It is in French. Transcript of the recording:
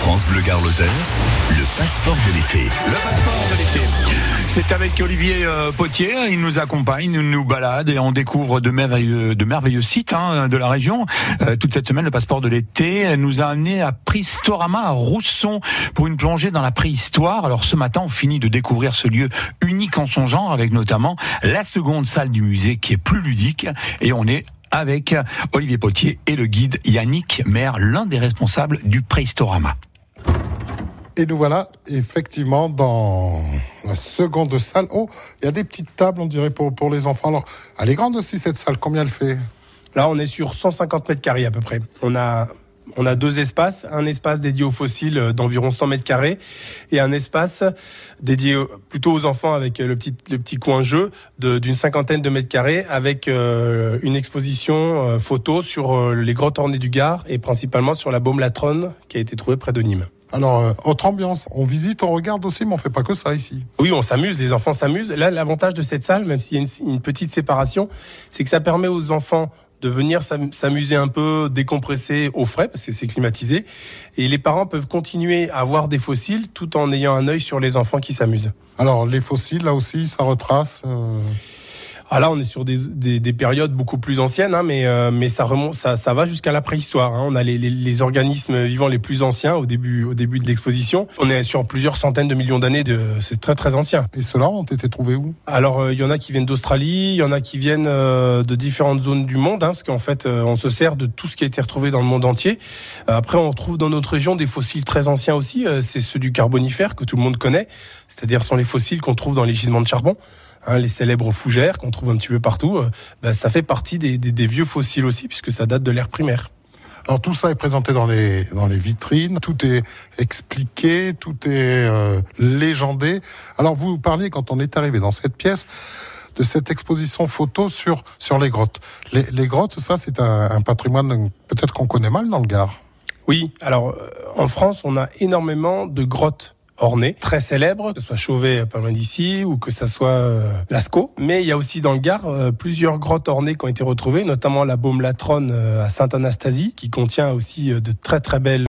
France Bleu Gard Lozère, le passeport de l'été. Le passeport de l'été. C'est avec Olivier Potier, il nous accompagne, nous balade et on découvre de merveilleux sites de la région. Toute cette semaine, le passeport de l'été nous a amené à Préhistorama à Rousson pour une plongée dans la préhistoire. Alors ce matin, on finit de découvrir ce lieu unique en son genre avec notamment la seconde salle du musée qui est plus ludique et on est avec Olivier Potier et le guide Yannick Maire, l'un des responsables du Préhistorama. Et nous voilà effectivement dans la seconde salle. Oh, il y a des petites tables, on dirait, pour les enfants. Alors, elle est grande aussi, cette salle. Combien elle fait ? Là, on est sur 150 mètres carrés à peu près. On a deux espaces. Un espace dédié aux fossiles d'environ 100 mètres carrés et un espace dédié plutôt aux enfants avec le petit coin jeu d'une cinquantaine de mètres carrés avec une exposition photo sur les grottes ornées du Gard et principalement sur la baume Latronne qui a été trouvée près de Nîmes. Alors, autre ambiance, on visite, on regarde aussi, mais on fait pas que ça ici. Oui, on s'amuse, les enfants s'amusent. Là, l'avantage de cette salle, même s'il y a une petite séparation, c'est que ça permet aux enfants de venir s'amuser un peu, décompresser au frais, parce que c'est climatisé. Et les parents peuvent continuer à voir des fossiles tout en ayant un œil sur les enfants qui s'amusent. Alors, les fossiles, là aussi, ça retrace Ah là, on est sur des périodes beaucoup plus anciennes, mais ça remonte, ça va jusqu'à la préhistoire. On a les organismes vivants les plus anciens au début de l'exposition. On est sur plusieurs centaines de millions d'années, c'est très très ancien. Et ceux-là ont été trouvés où ? Alors, il y en a qui viennent d'Australie, il y en a qui viennent de différentes zones du monde, parce qu'en fait, on se sert de tout ce qui a été retrouvé dans le monde entier. Après, on retrouve dans notre région des fossiles très anciens aussi. C'est ceux du Carbonifère que tout le monde connaît, c'est-à-dire sont les fossiles qu'on trouve dans les gisements de charbon. Les célèbres fougères qu'on trouve un petit peu partout, ça fait partie des vieux fossiles aussi, puisque ça date de l'ère primaire. Alors tout ça est présenté dans les vitrines, tout est expliqué, tout est légendé. Alors vous parliez, quand on est arrivé dans cette pièce, de cette exposition photo sur les grottes. Les grottes, ça c'est un patrimoine peut-être qu'on connaît mal dans le Gard. Oui, alors en France, on a énormément de grottes ornées, très célèbres, que ce soit Chauvet pas loin d'ici ou que ce soit Lascaux. Mais il y a aussi dans le Gard plusieurs grottes ornées qui ont été retrouvées, notamment la baume Latronne à Sainte-Anastasie, qui contient aussi de très très belles